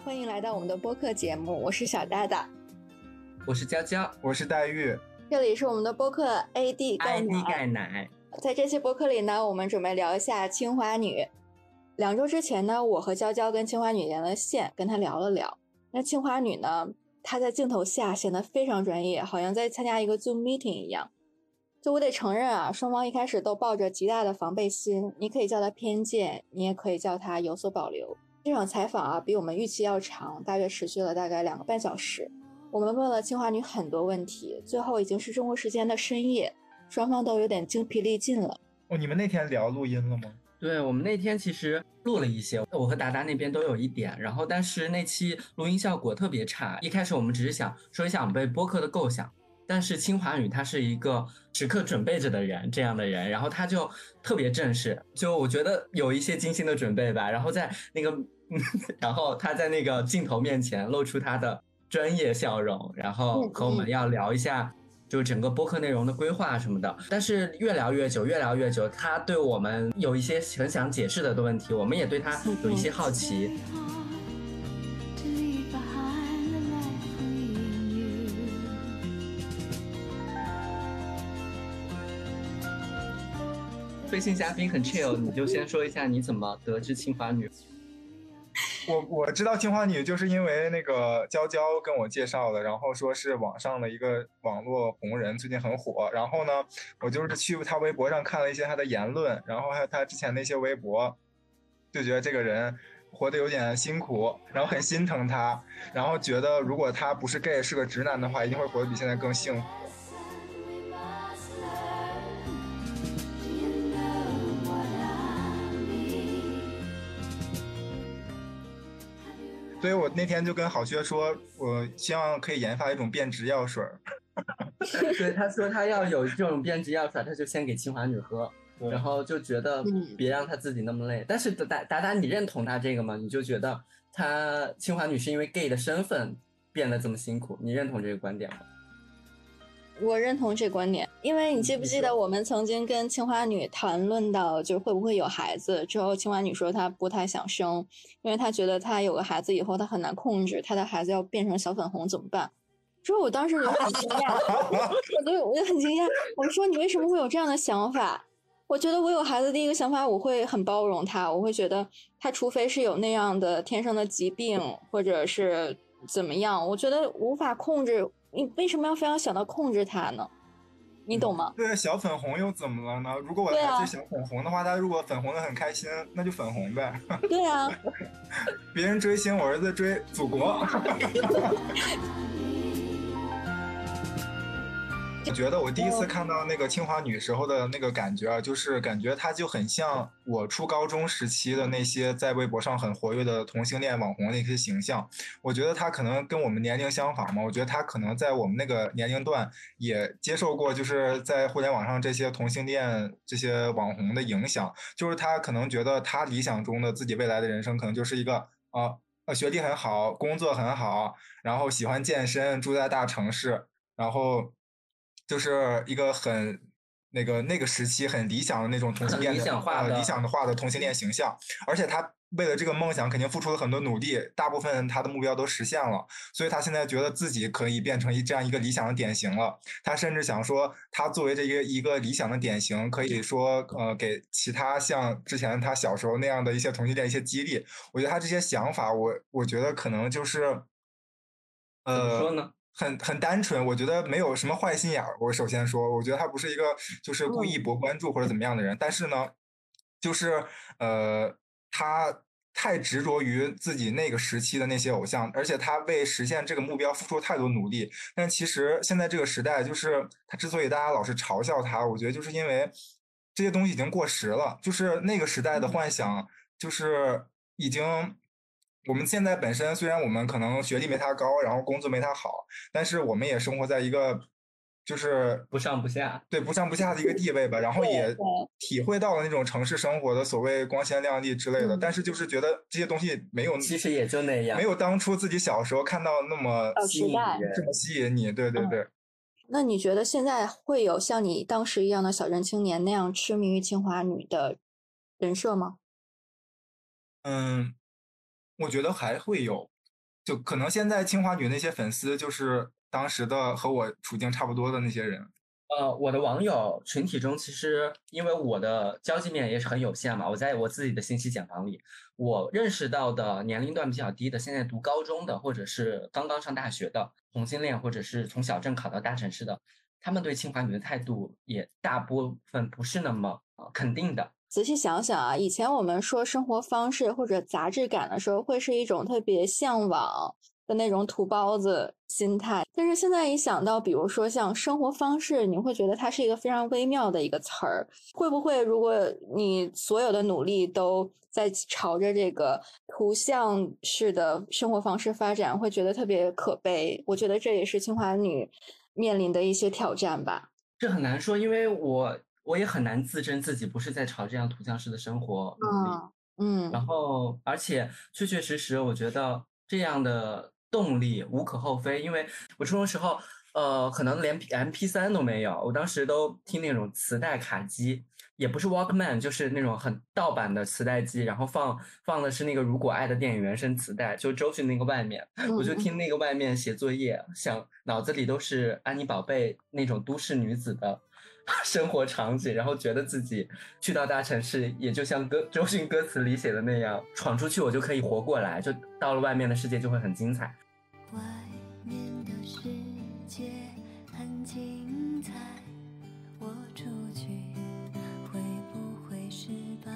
欢迎来到我们的播客节目，我是小大大， 我是娇娇， 我是黛玉， 这里是我们的播客 AD 钙奶。 在这期播客里呢，我们准备聊一下清华女。2周之前呢，我和娇娇跟清华女连了线，跟她聊了聊。那清华女呢，她在镜头下显得非常专业，好像在参加一个 Zoom meeting 一样。就我得承认啊，双方一开始都抱着极大的防备心，你可以叫她偏见，你也可以叫她有所保留。这场采访啊，比我们预期要长，大约持续了大概2个半小时。我们问了清华女很多问题，最后已经是中国时间的深夜，双方都有点精疲力尽了。 哦，你们那天聊录音了吗？ 对，我们那天其实录了一些，我和达达那边都有一点，然后但是那期录音效果特别差。一开始我们只是想说一下我们对播客的构想，但是清华女她是一个时刻准备着的人，这样的人，然后她就特别正式，就我觉得有一些精心的准备吧，然后在那个然后她在那个镜头面前露出她的专业笑容，然后和我们要聊一下就整个播客内容的规划什么的。但是越聊越久，他对我们有一些很想解释的问题，我们也对他有一些好奇。飞行嘉宾很 chill， 你就先说一下你怎么得知清华女。 我知道清华女就是因为那个娇娇跟我介绍的，然后说是网上的一个网络红人，最近很火。然后呢，我就是去她微博上看了一些她的言论，然后还有她之前那些微博，就觉得这个人活得有点辛苦，然后很心疼她，然后觉得如果她不是 gay 是个直男的话，一定会活得比现在更幸福。所以我那天就跟郝薛说，我希望可以研发一种变质药水。 对，他说他要有这种变质药水，他就先给清华女喝，然后就觉得别让他自己那么累。但是达达，你认同他这个吗？你就觉得他清华女是因为 gay 的身份变得这么辛苦，你认同这个观点吗？ 我认同这观点，因为你记不记得我们曾经跟清华女谈论到就是会不会有孩子之后，清华女说她不太想生，因为她觉得她有个孩子以后她很难控制，她的孩子要变成小粉红怎么办？之后我当时就很惊讶我就很惊讶，我说你为什么会有这样的想法？我觉得我有孩子第一个想法我会很包容他，我会觉得他除非是有那样的天生的疾病或者是怎么样，我觉得无法控制，你为什么要非要想到控制他呢？你懂吗？ 对，小粉红又怎么了呢？如果我的孩子是小粉红的话，他如果粉红的很开心，那就粉红呗。 对啊， 别人追星，我儿子追祖国。我觉得我第一次看到那个清华女时候的那个感觉啊，就是感觉她就很像我初高中时期的那些在微博上很活跃的同性恋网红那些形象。我觉得她可能跟我们年龄相仿嘛，我觉得她可能在我们那个年龄段也接受过就是在互联网上这些同性恋这些网红的影响，就是她可能觉得她理想中的自己未来的人生可能就是一个学历很好，工作很好，然后喜欢健身，住在大城市，然后就是一个很那个时期很理想的那种同性恋的理想化的同性恋形象，而且他为了这个梦想肯定付出了很多努力，大部分他的目标都实现了，所以他现在觉得自己可以变成这样一个理想的典型了。他甚至想说，他作为这一个理想的典型，可以说给其他像之前他小时候那样的一些同性恋一些激励。我觉得他这些想法，我觉得可能就是怎么说呢？ 很单纯，我觉得没有什么坏心眼儿。我首先说，我觉得他不是一个就是故意博关注或者怎么样的人，但是呢，就是他太执着于自己那个时期的那些偶像，而且他为实现这个目标付出太多努力。但其实现在这个时代，就是他之所以大家老是嘲笑他，我觉得就是因为这些东西已经过时了，就是那个时代的幻想，就是已经。我们现在本身虽然我们可能学历没他高，然后工作没他好，但是我们也生活在一个就是不上不下， 对不上不下的一个地位吧，然后也体会到了那种城市生活的所谓光鲜亮丽之类的，但是就是觉得这些东西没有， 其实也就那样， 没有当初自己小时候看到那么吸引人， 这么吸引你，对对对。 那你觉得现在会有像你当时一样的小镇青年那样痴迷于清华女的人设吗？ 我觉得还会有， 就可能现在清华女那些粉丝就是当时的和我处境差不多的那些人。 我的网友群体中，其实因为我的交际面也是很有限嘛，我在我自己的信息茧房里，我认识到的年龄段比较低的，现在读高中的，或者是刚刚上大学的同性恋，或者是从小镇考到大城市的，他们对清华女的态度也大部分不是那么肯定的。 仔细想想啊，以前我们说生活方式或者杂志感的时候，会是一种特别向往的那种土包子心态，但是现在一想到比如说像生活方式，你会觉得它是一个非常微妙的一个词儿。会不会如果你所有的努力都在朝着这个图像式的生活方式发展，会觉得特别可悲？我觉得这也是清华女面临的一些挑战吧。 这很难说，因为我也很难自证自己不是在朝这样图像式的生活努力。然后而且确确实实我觉得这样的动力无可厚非，因为我初中时候可能连 MP3 都没有，我当时都听那种磁带卡机，也不是 Walkman， 就是那种很盗版的磁带机，然后放的是那个如果爱的电影原声磁带，就周迅那个外面，我就听那个外面写作业，想脑子里都是安妮宝贝那种都市女子的生活场景，然后觉得自己去到大城市也就像周迅歌词里写的那样，闯出去我就可以活过来，就到了外面的世界就会很精彩。 外面的世界很精彩，我出去会不会失败？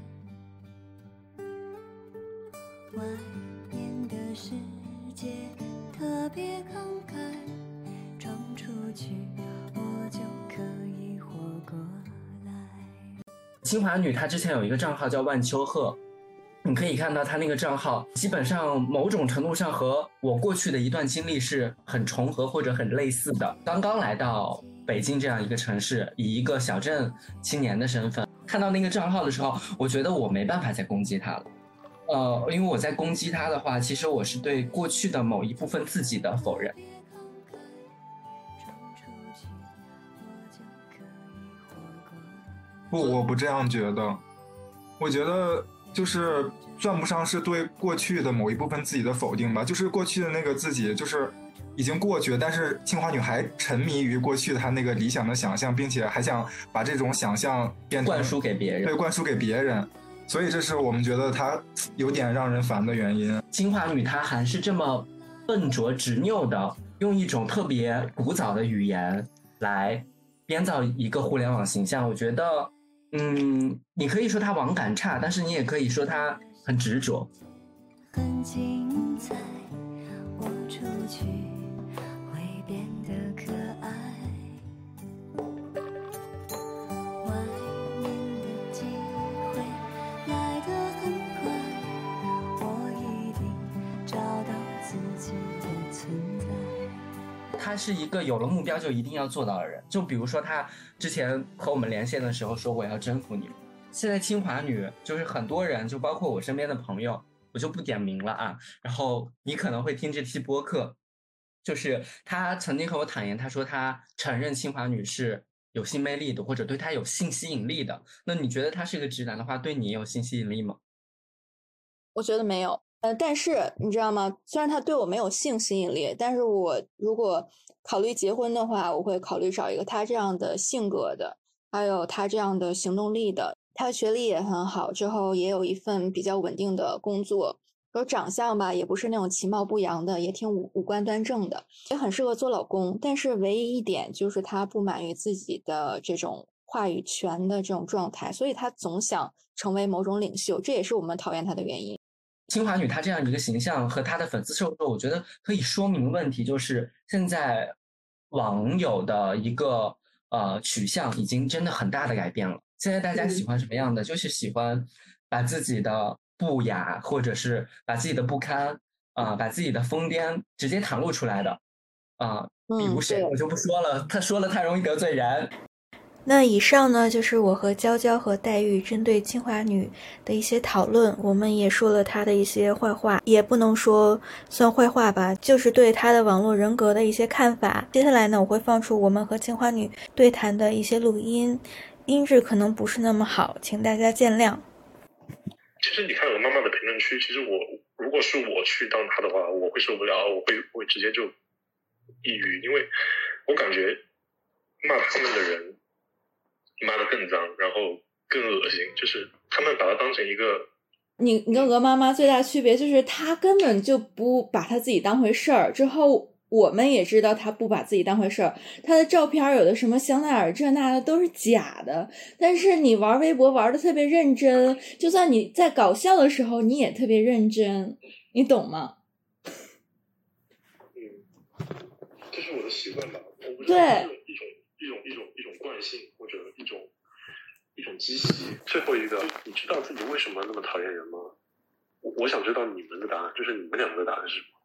外面的世界特别慷慨，闯出去我就可以活过来。 清华女她之前有一个账号叫万秋鹤，你可以看到她那个账号基本上某种程度上和我过去的一段经历是很重合或者很类似的。刚刚来到北京这样一个城市，以一个小镇青年的身份看到那个账号的时候，我觉得我没办法再攻击她了。因为我在攻击她的话，其实我是对过去的某一部分自己的否认。 不，我不这样觉得。我觉得就是算不上是对过去的某一部分自己的否定吧，就是过去的那个自己就是已经过去了，但是清华女还沉迷于过去她那个理想的想象，并且还想把这种想象变成灌输给别人。 对，灌输给别人。所以这是我们觉得她有点让人烦的原因。 清华女她还是这么笨拙执拗的，用一种特别古早的语言来编造一个互联网形象，我觉得你可以说他网感差，但是你也可以说他很执着。 很精彩，我出去会变得可爱。外面的机会来得很快，我一定找到自己的存在。 他是一个有了目标就一定要做到的人，就比如说他之前和我们连线的时候说我要征服你，现在清华女就是很多人，就包括我身边的朋友，我就不点名了啊。然后你可能会听这期播客，就是他曾经和我坦言，他说他承认清华女是有性魅力的，或者对他有性吸引力的。那你觉得他是个直男的话，对你有性吸引力吗？ 我觉得没有。但是你知道吗？虽然他对我没有性吸引力，但是我如果考虑结婚的话，我会考虑找一个他这样的性格的，还有他这样的行动力的。他学历也很好，之后也有一份比较稳定的工作，然后长相吧也不是那种其貌不扬的，也挺五官端正的，也很适合做老公。但是唯一一点就是他不满于自己的这种话语权的这种状态，所以他总想成为某种领袖，这也是我们讨厌他的原因。 清华女她这样一个形象和她的粉丝受众，我觉得可以说明问题，就是现在网友的一个取向已经真的很大的改变了。现在大家喜欢什么样的？就是喜欢把自己的不雅，或者是把自己的不堪把自己的疯癫直接袒露出来的比如谁我就不说了，他说了太容易得罪人。 那以上呢，就是我和娇娇和黛玉针对清华女的一些讨论，我们也说了她的一些坏话，也不能说算坏话吧，就是对她的网络人格的一些看法。接下来呢，我会放出我们和清华女对谈的一些录音，音质可能不是那么好，请大家见谅。 其实你看鹅妈妈的评论区，其实如果是我去当他的话，我会受不了，我会直接就抑郁，因为我感觉骂他们的人骂得更脏，然后更恶心，就是他们把它当成一个。 你跟鹅妈妈最大区别就是她根本就不把她自己当回事儿，之后我们也知道她不把自己当回事儿，她的照片有的什么香奈儿这那的都是假的，但是你玩微博玩的特别认真，就算你在搞笑的时候你也特别认真，你懂吗？ 这是我的习惯吧，我不知道一种惯性或者一种积习。最后一个，你知道自己为什么那么讨厌人吗？我想知道你们的答案，就是你们两个的答案是什么？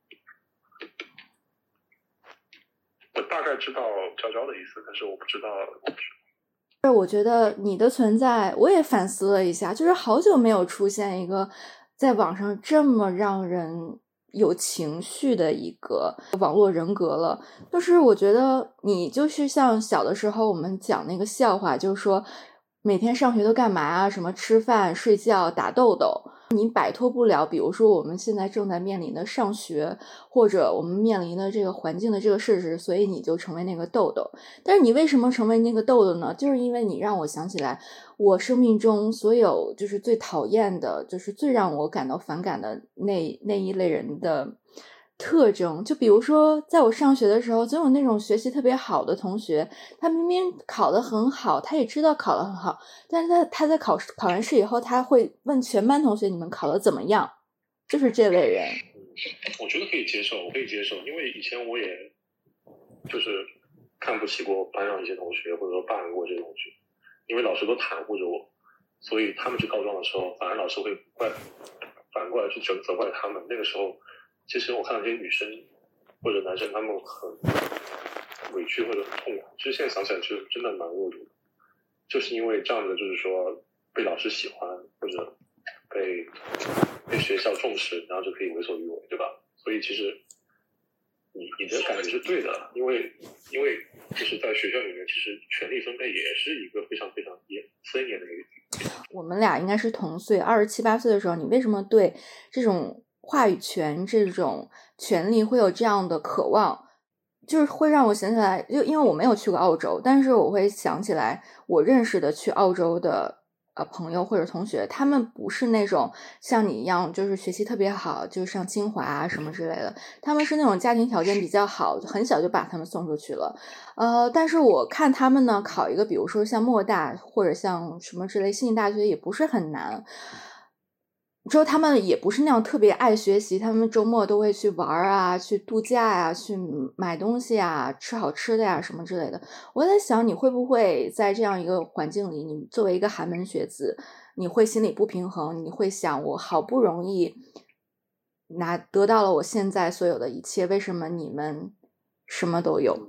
我大概知道娇娇的意思，但是我不知道。 我觉得你的存在，我也反思了一下，就是好久没有出现一个在网上这么让人有情绪的一个网络人格了。就是我觉得你就是像小的时候我们讲那个笑话，就是说每天上学都干嘛啊？什么吃饭、睡觉、打豆豆。你摆脱不了，比如说我们现在正在面临的上学，或者我们面临的这个环境的这个事实，所以你就成为那个豆豆。但是你为什么成为那个豆豆呢？就是因为你让我想起来我生命中所有就是最讨厌的，就是最让我感到反感的那一类人的特征。就比如说在我上学的时候，总有那种学习特别好的同学，他明明考得很好，他也知道考得很好，但是他在考完试以后，他会问全班同学你们考得怎么样，就是这类人。 我觉得可以接受，我可以接受，因为以前我也就是看不起过班上一些同学，或者说霸凌过这些同学，因为老师都袒护着我，所以他们去告状的时候，反而老师会反过来去责怪他们。那个时候其实我看到这些女生或者男生，他们很委屈或者很痛苦，其实现在想起来是真的蛮恶毒的，就是因为这样的，就是说被老师喜欢或者被学校重视，然后就可以为所欲为，对吧？所以其实你的感觉是对的，因为就是在学校里面，其实权力分配也是一个非常非常森严的一个。 我们俩应该是同岁，27、28岁的时候，你为什么对这种话语权、这种权利会有这样的渴望？就是会让我想起来，就因为我没有去过澳洲，但是我会想起来我认识的去澳洲的朋友或者同学，他们不是那种像你一样就是学习特别好，就上清华啊什么之类的，他们是那种家庭条件比较好，很小就把他们送出去了。但是我看他们呢考一个比如说像莫大或者像什么之类悉尼大学也不是很难，之后他们也不是那样特别爱学习，他们周末都会去玩啊，去度假呀，去买东西啊，吃好吃的呀什么之类的。我在想你会不会在这样一个环境里，你作为一个寒门学子，你会心里不平衡，你会想我好不容易得到了我现在所有的一切，为什么你们什么都有？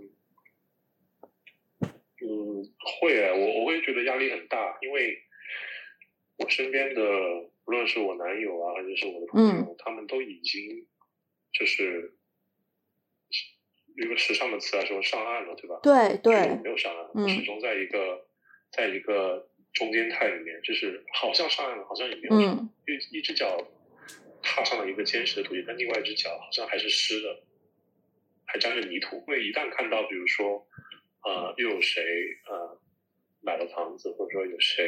会啊，我会觉得压力很大，因为我身边的不论是我男友啊，还是我的朋友，他们都已经就是有一个时尚的词来说上岸了，对吧？ 对对， 我没有上岸，我始终在一个中间态里面，就是好像上岸了，好像也没有上，一只脚踏上了一个坚实的土地，但另外一只脚好像还是湿的，还沾着泥土。因为一旦看到比如说又有谁买了房子，或者说有谁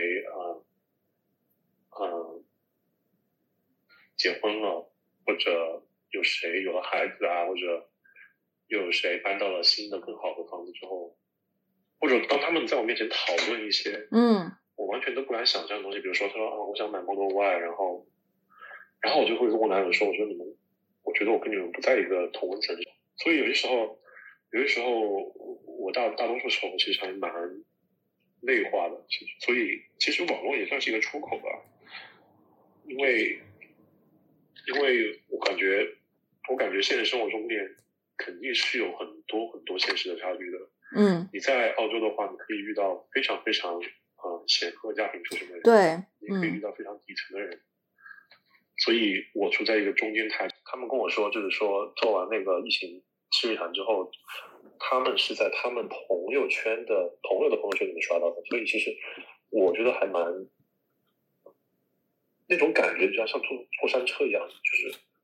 结婚了，或者有谁有了孩子啊，或者又有谁搬到了新的更好的房子之后，或者当他们在我面前讨论一些我完全都不敢想象的东西，比如说他说我想买 Model Y， 然后我就会跟我男友说，我说我觉得我跟你们不在一个同温层上，所以有些时候我大多数时候其实还蛮内化的，所以其实网络也算是一个出口吧，因为我感觉现实生活中面肯定是有很多很多现实的差距的。你在澳洲的话，你可以遇到非常非常显赫家庭出身的人， 对， 你可以遇到非常底层的人。所以我处在一个中间态。他们跟我说，就是说做完那个疫情吃密谈之后，他们是在他们朋友的朋友里面刷到的，所以其实我觉得还蛮那种感觉，就像坐山车一样，就是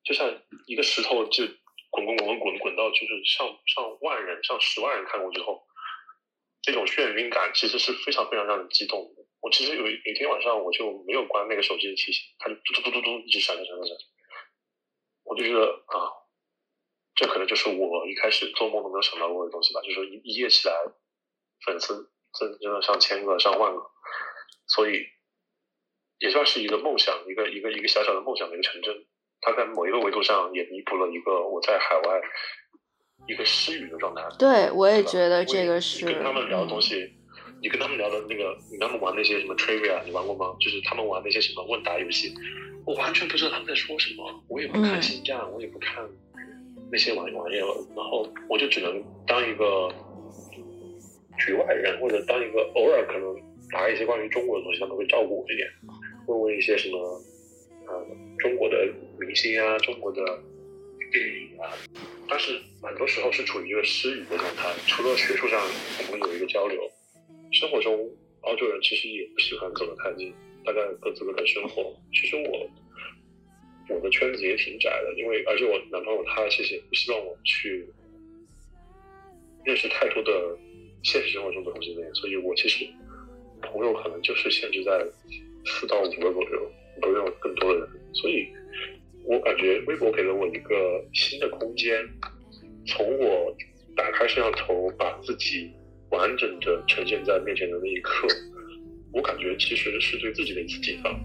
就像一个石头就滚到就是上万人、上10万人看过之后，这种眩晕感其实是非常非常让人激动的。我其实有一天晚上我就没有关那个手机的提醒，它就嘟嘟嘟一直闪，我就觉得啊，这可能就是我一开始做梦都没有想到过的东西吧，就是说一夜起来粉丝真的上千个、上万个，所以也算是一个梦想，一个小小的梦想的一个成真。它在某一个维度上也弥补了一个我在海外一个失语的状态。 对，我也觉得这个是。 你跟他们聊的东西，你跟他们聊的那个，你跟他们玩那些什么 trivia， 你玩过吗？就是他们玩那些什么问答游戏，我完全不知道他们在说什么，我也不看星战，我也不看那些玩意儿，然后我就只能当一个局外人，或者当一个偶尔可能答一些关于中国的东西，他们会照顾我一点，问一些什么中国的明星啊，中国的电影啊，但是蛮多时候是处于一个失语的状态。除了学术上我们有一个交流，生活中澳洲人其实也不喜欢走得太近，大概各自各的生活。其实我的圈子也挺窄的，因为而且我男朋友他其实也不希望我去认识太多的现实生活中的同性恋，所以我其实朋友可能就是限制在4到5个左右，不用更多的人。所以我感觉微博给了我一个新的空间，从我打开摄像头把自己完整的呈现在面前的那一刻，我感觉其实是对自己的一次解放。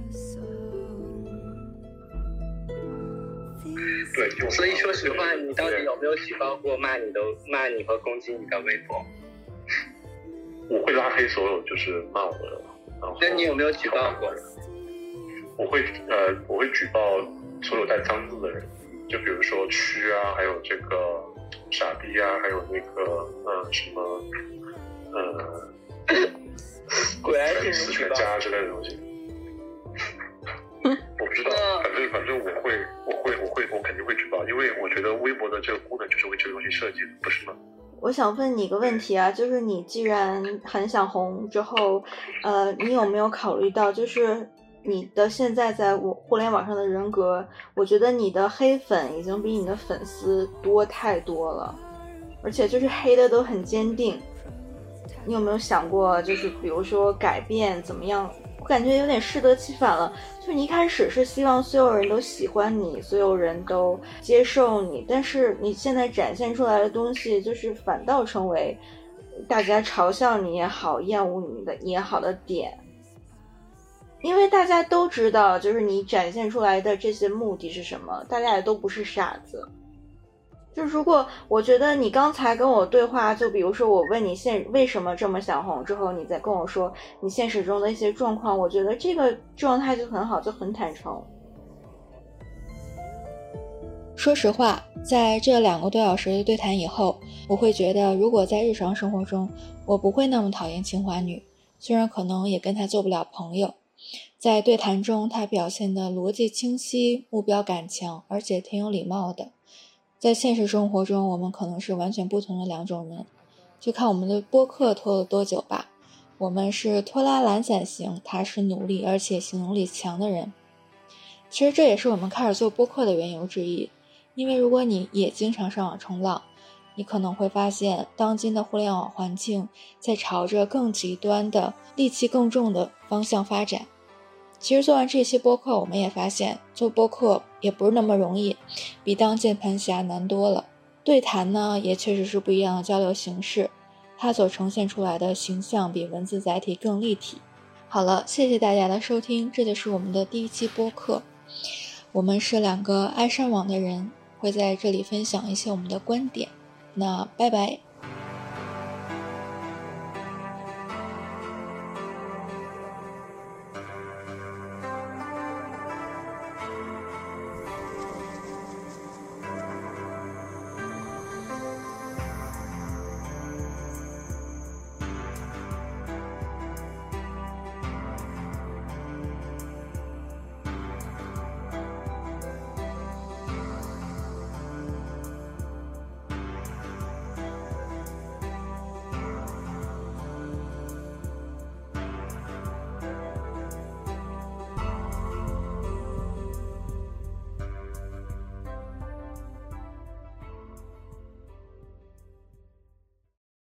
对，所以说实话，你到底有没有举报过骂你和攻击你的微博？ 我会拉黑所有就是骂我的人。 那你有没有举报过？ 我会举报所有带脏字的人，就比如说蛆啊，还有这个傻逼啊，还有那个什么果然是死全家之类的东西。我不知道，反正我肯定会举报，因为我觉得微博的这个功能就是为这个东西设计的，不是吗？ 我想问你一个问题啊，就是你既然很想红之后，你有没有考虑到，就是你的现在在互联网上的人格，我觉得你的黑粉已经比你的粉丝多太多了，而且就是黑的都很坚定。你有没有想过，就是比如说改变怎么样？我感觉有点适得其反了，就是你一开始是希望所有人都喜欢你，所有人都接受你，但是你现在展现出来的东西就是反倒成为大家嘲笑你也好，厌恶你的也好的点。因为大家都知道，就是你展现出来的这些目的是什么，大家也都不是傻子。就如果我觉得你刚才跟我对话，就比如说我问你为什么这么想红之后，你再跟我说你现实中的一些状况，我觉得这个状态就很好，就很坦诚。说实话，在这2个多小时的对谈以后，我会觉得如果在日常生活中，我不会那么讨厌清华女，虽然可能也跟她做不了朋友。在对谈中，她表现的逻辑清晰，目标感强，而且挺有礼貌的。在现实生活中，我们可能是完全不同的2种人，就看我们的播客拖了多久吧。我们是拖拉懒散型，他是努力而且行动力强的人。其实这也是我们开始做播客的缘由之一，因为如果你也经常上网冲浪，你可能会发现当今的互联网环境在朝着更极端的、戾气更重的方向发展。其实做完这期播客，我们也发现做播客也不是那么容易，比当键盘侠难多了。对谈呢，也确实是不一样的交流形式，它所呈现出来的形象比文字载体更立体。好了，谢谢大家的收听，这就是我们的第1期播客。我们是2个爱上网的人，会在这里分享一些我们的观点。那拜拜。